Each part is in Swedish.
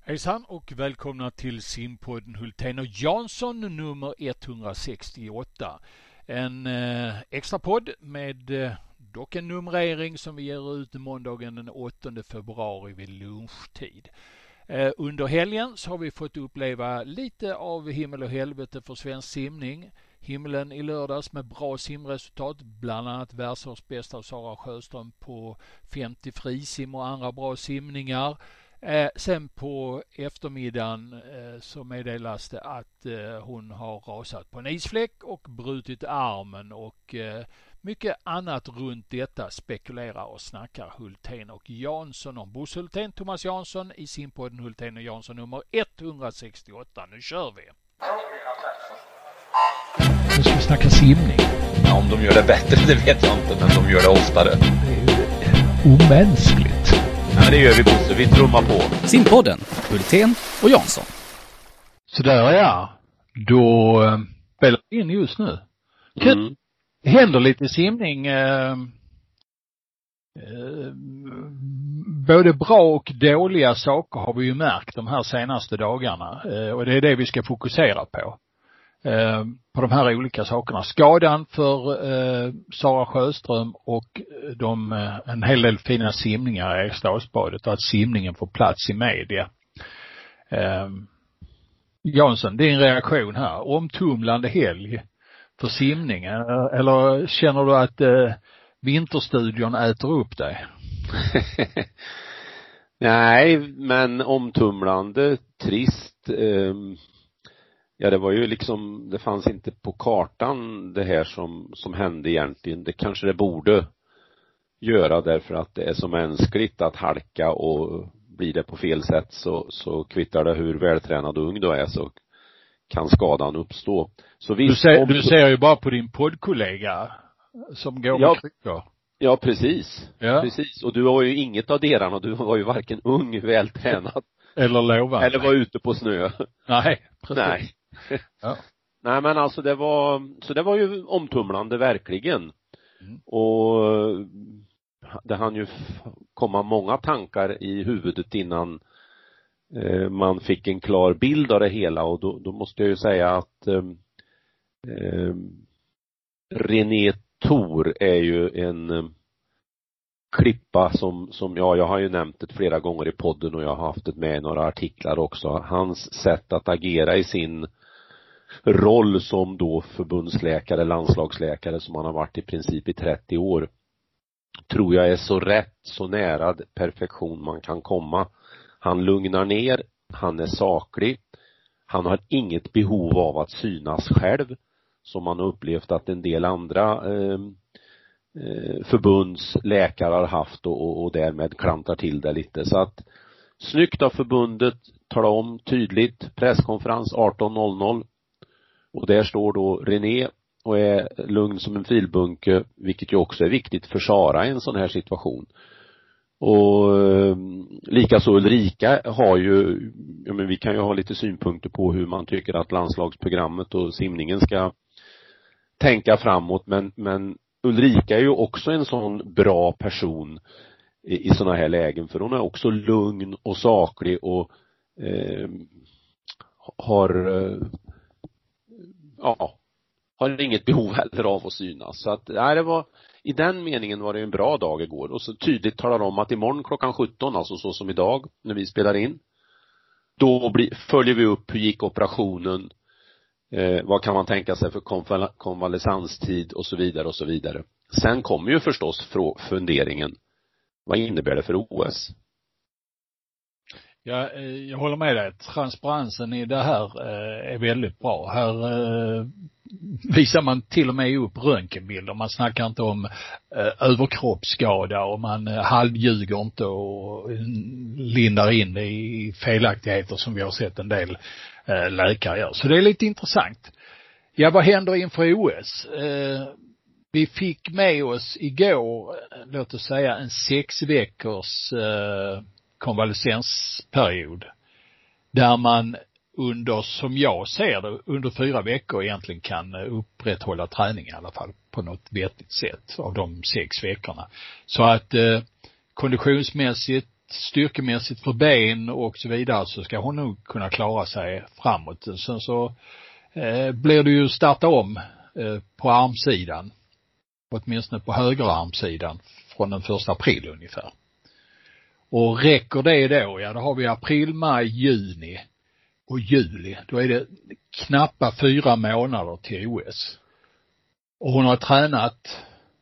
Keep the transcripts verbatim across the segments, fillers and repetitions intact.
Hejsan och välkomna till simpodden Hultén och Jansson nummer etthundrasextioåtta. En eh, extra podd med eh, dock en numrering som vi ger ut måndagen den åttonde februari vid lunchtid. Eh, under helgen så har vi fått uppleva lite av himmel och helvete för svensk simning. Himlen i lördags med bra simresultat, bland annat världsårsbästa Sara Sjöström på femtio frisim och andra bra simningar. Eh, sen på eftermiddagen eh, så meddelas det att eh, hon har rasat på en isfläck och brutit armen och eh, mycket annat runt detta spekulerar och snackar Hultén och Jansson om. Bosse Hultén, Thomas Jansson i simpodden Hultén och Jansson nummer etthundrasextioåtta. Nu kör vi! Nu ska vi snacka simning. Ja, om de gör det bättre det vet jag inte, men de gör det oftare. Det är ju omänskligt. Ja, det gör vi, Bosse. Vi trummar på. Simpodden, Hultén och Jansson. Så där ja. Då äh, spelar vi in just nu. Mm. Det händer lite simning. Äh, äh, både bra och dåliga saker har vi ju märkt de här senaste dagarna. Äh, och det är det vi ska fokusera på. Äh, på de här olika sakerna. Skadan för äh, Sara Sjöström och de, äh, en hel del fina simningar i Stadsbadet och att simningen får plats i media. Äh, Jansson, din reaktion här. Omtumlande helg för simningen. Eller känner du att äh, Vinterstudion äter upp dig? Nej, men omtumlande, trist. Eh, ja, det var ju liksom, det fanns inte på kartan det här som, som hände egentligen. Det kanske det borde göra därför att det är så mänskligt att halka, och blir det på fel sätt så, så kvittar det hur vältränad och ung du är, så kan skadan uppstå. Så visst, du, ser, om... du ser ju bara på din poddkollega som går ja, med kryckor. Ja, precis. Ja. Precis. Och du var ju inget av deran, och du var ju varken ung, vältränad eller lovande. Eller var ute på snö. Nej, precis. Nej. Ja. Nej, men alltså det var, så det var ju omtumlande verkligen. Mm. Och det hann ju komma många tankar i huvudet innan eh, man fick en klar bild av det hela, och då, då måste jag ju säga att eh, eh, René Thor är ju en eh, klippa som, som ja, jag har ju nämnt det flera gånger i podden, och jag har haft det med i några artiklar också. Hans sätt att agera i sin roll som då förbundsläkare, landslagsläkare, som han har varit i princip i trettio år, tror jag är så rätt, så nära perfektion man kan komma. Han lugnar ner, han är saklig, han har inget behov av att synas själv, som man har upplevt att en del andra eh, förbundsläkare har haft, och, och därmed klantar till det lite. Så att snyggt av förbundet, tala om tydligt, presskonferens arton noll noll, och där står då René och är lugn som en filbunke, vilket ju också är viktigt för Sara i en sån här situation. Och eh, likaså Ulrika har ju, ja, men vi kan ju ha lite synpunkter på hur man tycker att landslagsprogrammet och simningen ska tänka framåt, men, men Ulrika är ju också en sån bra person i, i såna här lägen, för hon är också lugn och saklig och eh, har eh, ja, har inget behov heller av att synas. Så att, nej, det var, i den meningen var det en bra dag igår, och så tydligt talar om att imorgon klockan sjutton, alltså så som idag när vi spelar in, då blir, följer vi upp hur gick operationen, Eh, vad kan man tänka sig för konval- konvalescenstid och så vidare och så vidare. Sen kommer ju förstås frå- funderingen, vad innebär det för O S? Ja, jag håller med dig. Transparensen i det här eh, är väldigt bra. Här eh, visar man till och med upp röntgenbilder. Man snackar inte om eh, överkroppsskada, och man eh, halvljuger inte och eh, lindar in det i felaktigheter som vi har sett en del eh, läkare gör. Så det är lite intressant. Ja, vad händer inför O S? Eh, vi fick med oss igår, låt oss säga en sex veckors eh, konvalescensperiod, där man under, som jag ser det, under fyra veckor egentligen kan upprätthålla träning i alla fall på något vettigt sätt av de sex veckorna. Så att eh, konditionsmässigt styrkemässigt för ben och så vidare så ska hon nog kunna klara sig framåt. Sen så eh, blir det ju starta om eh, på armsidan. Åtminstone på högerarmsidan från den första april ungefär. Och räcker det då, ja då har vi april, maj, juni och juli. Då är det knappa fyra månader till O S. Och hon har tränat,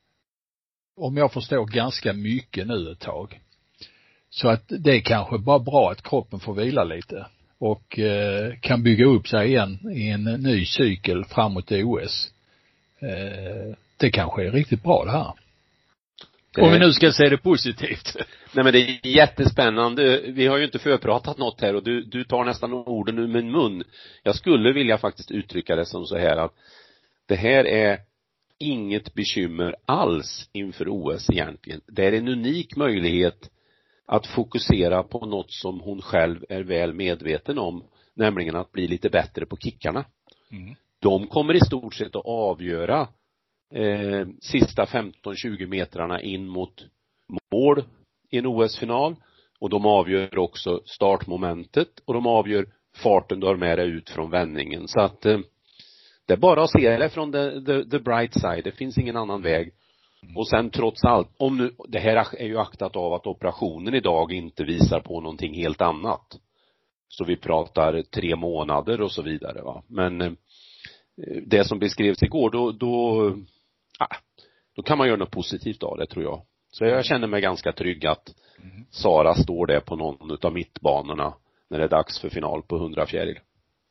om jag förstår, ganska mycket nu ett tag. Så att det är kanske bara bra att kroppen får vila lite och eh, kan bygga upp sig igen i en ny cykel framåt O S. Eh, det kanske är riktigt bra det här. Det... Om vi nu ska se det positivt. Nej, men det är jättespännande. Vi har ju inte förpratat något här och du, du tar nästan orden ur min mun. Jag skulle vilja faktiskt uttrycka det som så här att det här är inget bekymmer alls inför O S egentligen. Det är en unik möjlighet att fokusera på något som hon själv är väl medveten om, nämligen att bli lite bättre på kickarna. Mm. De kommer i stort sett att avgöra eh, sista femton tjugo metrarna in mot mål i en O S-final, och de avgör också startmomentet och de avgör farten du har med dig ut från vändningen. Så att eh, det är bara att se det från the, the, the bright side. Det finns ingen annan väg. Och sen trots allt, om nu, det här är ju aktat av att operationen idag inte visar på någonting helt annat. Så vi pratar tre månader och så vidare, va. Men eh, det som beskrevs igår, då, då, ah, då kan man göra något positivt av det, tror jag. Så jag känner mig ganska trygg att Sara står där på någon av mittbanorna när det är dags för final på hundra fjäril.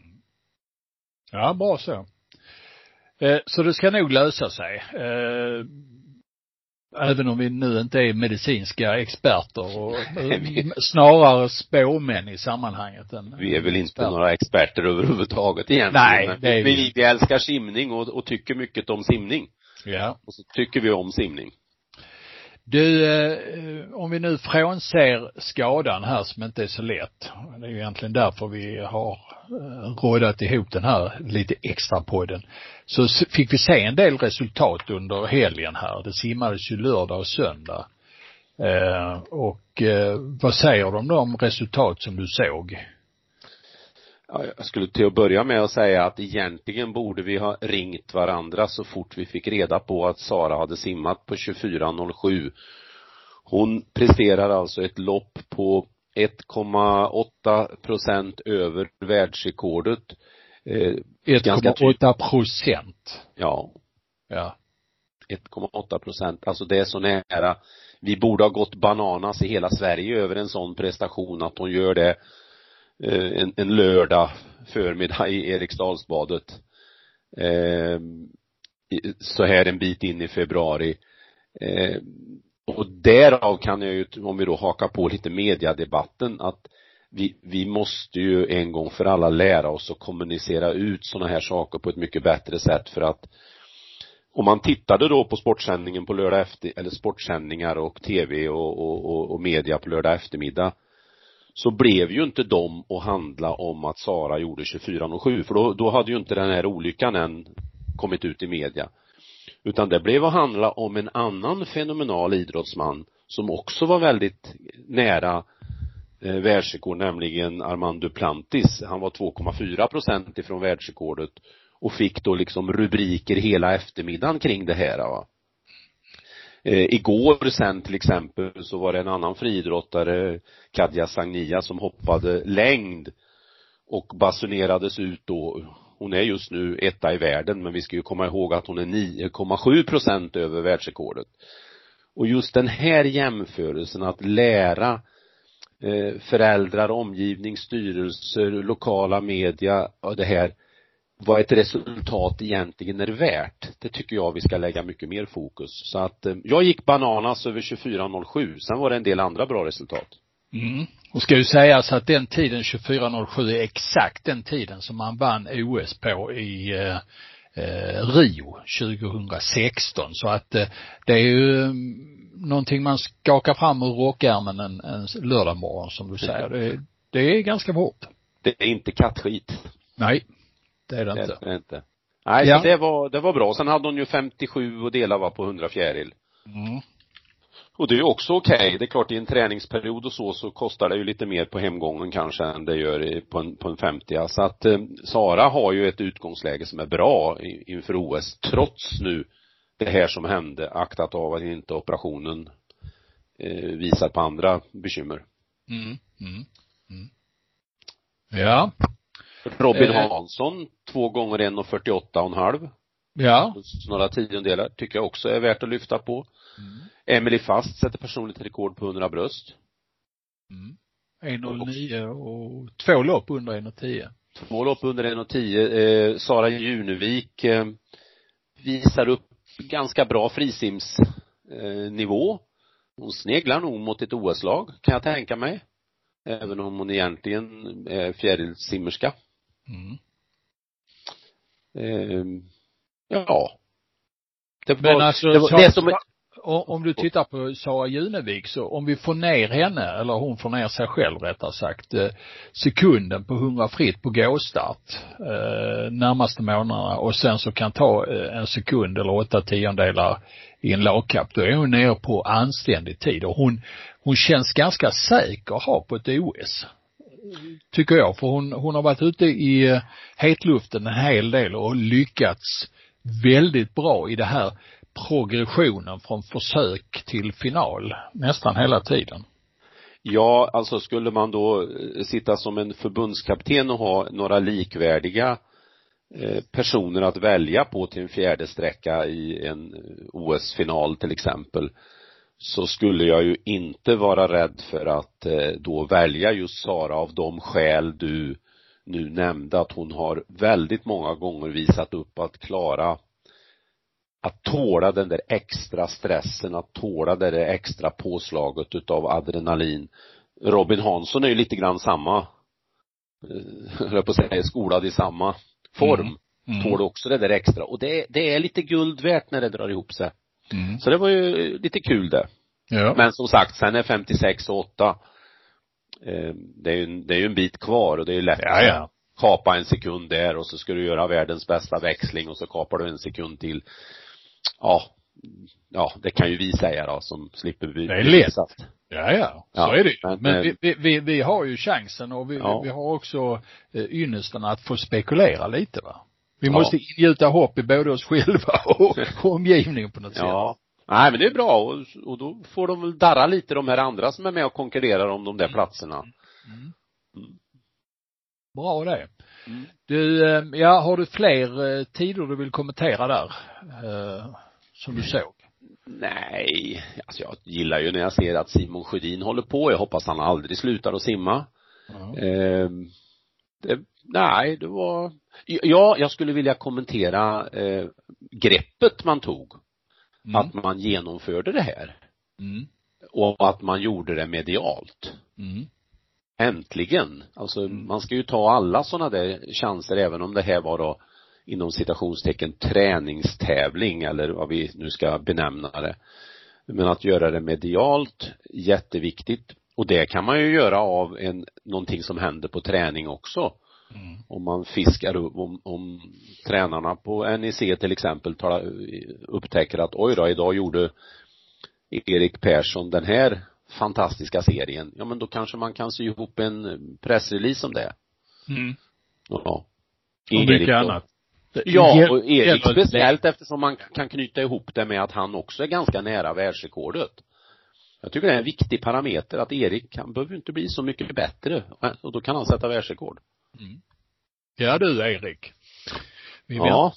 Ja, bra så. Eh, så det ska nog lösa sig. Eh, även om vi nu inte är medicinska experter och snarare spåmän i sammanhanget. Än vi är väl inte experter. Några experter överhuvudtaget egentligen. Nej, det är vi. Vi, vi älskar simning och, och tycker mycket om simning. Ja. Och så tycker vi om simning. Du, eh, om vi nu frånser skadan här som inte är så lätt. Det är ju egentligen därför vi har eh, rådat ihop den här lite extra podden. Så fick vi se en del resultat under helgen här. Det simmades ju lördag och söndag. Eh, och eh, vad säger de om resultat som du såg? Ja, jag skulle till att börja med att säga att egentligen borde vi ha ringt varandra så fort vi fick reda på att Sara hade simmat på tjugofyra noll sju. Hon presterar alltså ett lopp på ett komma åtta procent över världsrekordet. Eh, ett komma åtta procent. Ja. Ja. ett komma åtta procent. Alltså det är så nära. Vi borde ha gått bananas i hela Sverige över en sån prestation att hon gör det En, en lördag förmiddag i Eriksdalsbadet eh, så här en bit in i februari eh, och därav kan jag ju, om vi då hakar på lite mediadebatten, att vi, vi måste ju en gång för alla lära oss att kommunicera ut såna här saker på ett mycket bättre sätt. För att om man tittade då på sportsändningen på lördag efter, eller sportsändningar och tv och, och, och, och media på lördag eftermiddag, så blev ju inte de att handla om att Sara gjorde tjugofyra noll sju, för då, då hade ju inte den här olyckan än kommit ut i media. Utan det blev att handla om en annan fenomenal idrottsman som också var väldigt nära eh, världsrekord, nämligen Armand Duplantis. Han var två komma fyra procent ifrån världsrekordet och fick då liksom rubriker hela eftermiddagen kring det här, va. Eh, igår sen till exempel så var det en annan friidrottare, Kadja Sagnia, som hoppade längd och basunerades ut då. Hon är just nu etta i världen, men vi ska ju komma ihåg att hon är nio komma sju procent över världsrekordet. Och just den här jämförelsen, att lära eh, föräldrar, omgivning, styrelser, lokala media och det här, vad ett resultat egentligen är värt, det tycker jag vi ska lägga mycket mer fokus. Så att eh, jag gick bananas över tjugofyra noll sju. Sen var det en del andra bra resultat. Mm. Och ska ju sägas att den tiden tjugofyra noll sju är exakt den tiden som man vann O S på i eh, eh, Rio tjugohundrasexton. Så att eh, det är ju eh, någonting man skakar fram ur rockärmen en, en lördagmorgon, som du säger. Det, det är ganska hårt. Det är inte kattskit. Nej. Det är det, det inte. Är det inte. Nej, ja. Så det var, det var bra. Sen hade hon ju femtiosju och dela var på hundra fjäril. Mm. Och det är ju också okej. Okay. Det är klart i en träningsperiod och så så kostar det ju lite mer på hemgången kanske än det gör på en, på en femtio. Så att eh, Sara har ju ett utgångsläge som är bra inför O S. Trots nu det här som hände, aktat av att inte operationen eh, visar på andra bekymmer. Mm, mm, mm. Ja. Robin eh. Hansson, två gånger en och fyrtioåtta och en halv. Ja. Några tiondelar tycker jag också är värt att lyfta på. Mm. Emily Fast sätter personligt rekord på hundra bröst. Mm. en noll nio och två lopp under en tio. Två lopp under en tio. Eh, Sara Junevik eh, visar upp ganska bra frisimsnivå. Eh, hon sneglar nog mot ett O S-lag, kan jag tänka mig. Även om hon egentligen är fjärilsimmerska. Mm. Eh, ja. Det var, Men alltså, det, var, det som... om du tittar på Sara Junevik, så om vi får ner henne, eller hon får ner sig själv rättare sagt, sekunden på hundra fritt på gåstart eh, närmaste månaderna, och sen så kan ta en sekund eller åtta tiondelar i en lagkapp, då är hon nere på anständig tid, och hon, hon känns ganska säker att ha på ett O S, tycker jag, för hon, hon har varit ute i hetluften en hel del och lyckats väldigt bra i det här progressionen från försök till final nästan hela tiden. Ja, alltså skulle man då sitta som en förbundskapten och ha några likvärdiga eh, personer att välja på till en fjärde sträcka i en O S-final till exempel, så skulle jag ju inte vara rädd för att eh, då välja just Sara av de skäl du nu nämnde, att hon har väldigt många gånger visat upp att klara att tåla den där extra stressen, att tåla det där extra påslaget utav adrenalin. Robin Hansson är ju lite grann samma, jag höll på att säga, skolad i samma form. Mm. Mm. Tål också det där extra. Och det, det är lite guld värt när det drar ihop sig. Mm. Så det var ju lite kul det. Ja. Men som sagt, sen är femtiosex och åtta. Eh, det är ju det är ju en bit kvar och det är ju lätt ja, ja. att kapa en sekund där och så ska du göra världens bästa växling och så kapar du en sekund till. Ja, ja, det kan ju vi säga då som slipper vi. Det är lätt. Ja, ja, så ja, är det. Men, men eh, vi, vi, vi har ju chansen och vi, ja. vi har också eh, ynnesten att få spekulera lite, va? Vi ja. måste ingjuta hopp i både oss själva och, och omgivningen på något sätt. Ja. Nej, men det är bra och, och då får de väl darra lite de här andra som är med och konkurrerar om de där platserna. Mm. Mm. Bra det. Mm. Du, ja, har du fler tider du vill kommentera där eh, som du såg? Nej, alltså jag gillar ju när jag ser att Simon Sjödin håller på. Jag hoppas han aldrig slutar att simma. Mm. Eh, det, nej, det var... Ja, jag skulle vilja kommentera eh, greppet man tog. Mm. Att man genomförde det här. Mm. Och att man gjorde det medialt. Mm. Äntligen. Alltså mm. man ska ju ta alla sådana där chanser, även om det här var då inom citationstecken träningstävling eller vad vi nu ska benämna det. Men att göra det medialt, jätteviktigt. Och det kan man ju göra av en, någonting som händer på träning också. Mm. Om man fiskar upp, om, om tränarna på N E C till exempel tar, upptäcker att oj då, idag gjorde Erik Persson den här fantastiska serien. Ja, men då kanske man kan sy ihop en pressrelease om det. Mm. Ja. Och mycket annat. Ja, och Erik speciellt eftersom man kan knyta ihop det med att han också är ganska nära världsrekordet. Jag tycker det är en viktig parameter att Erik, han behöver inte bli så mycket bättre och då kan han sätta världsrekord. Mm. Ja du Erik. Vi ja.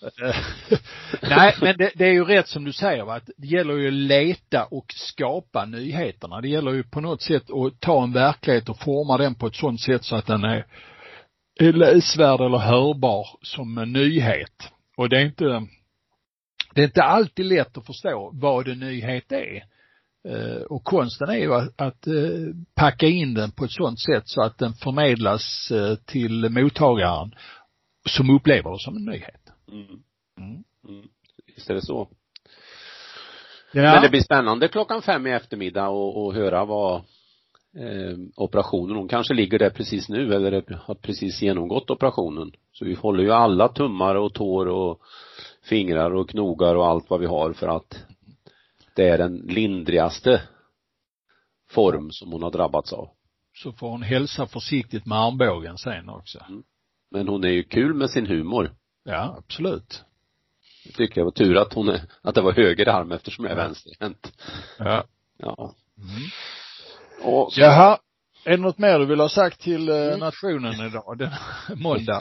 Nej, men det, det är ju rätt som du säger, va? Att det gäller ju att leta och skapa nyheterna. Det gäller ju på något sätt att ta en verklighet och forma den på ett sådant sätt så att den är, är läsvärd eller hörbar som en nyhet. Och det är inte det är inte alltid lätt att förstå vad en nyhet är. Och konsten är ju att, att packa in den på ett sådant sätt så att den förmedlas till mottagaren som upplever det som en nyhet. Mm. Mm. Mm. Visst är det så. Ja. Men det blir spännande klockan fem i eftermiddag och, och höra vad eh, operationen, hon kanske ligger där precis nu eller har precis genomgått operationen. Så vi håller ju alla tummar och tår och fingrar och knogar och allt vad vi har för att det är den lindrigaste form som hon har drabbats av. Så får hon hälsa försiktigt med armbågen sen också. Mm. Men hon är ju kul med sin humor. Ja, absolut. Jag tycker jag var tur att hon är, att det var höger arm eftersom jag är vänsterhänt. Ja. Ja. Mm. Och så... Jaha, är det något mer du vill ha sagt till mm. nationen idag, den måndag?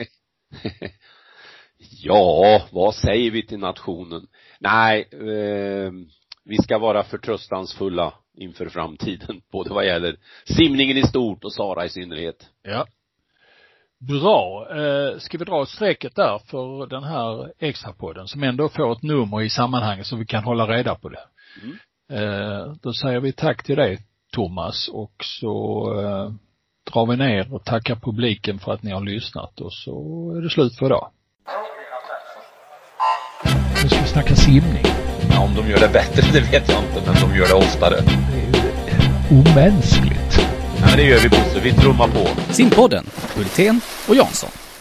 Ja, vad säger vi till nationen? Nej, eh, vi ska vara förtröstansfulla inför framtiden, både vad gäller simningen i stort och Sara i synnerhet. Ja. Bra. Eh, ska vi dra strecket där för den här extrapodden som ändå får ett nummer i sammanhanget så vi kan hålla reda på det. Mm. Eh, då säger vi tack till dig, Thomas, och så eh, drar vi ner och tackar publiken för att ni har lyssnat, och så är det slut för idag. Nu ska vi snacka simning. Ja, om de gör det bättre, det vet jag inte, men de gör det oftare. Det är ju omänskligt. Ja, men det gör vi, Bosse. Vi trummar på. Simpodden, Hultén och Jansson.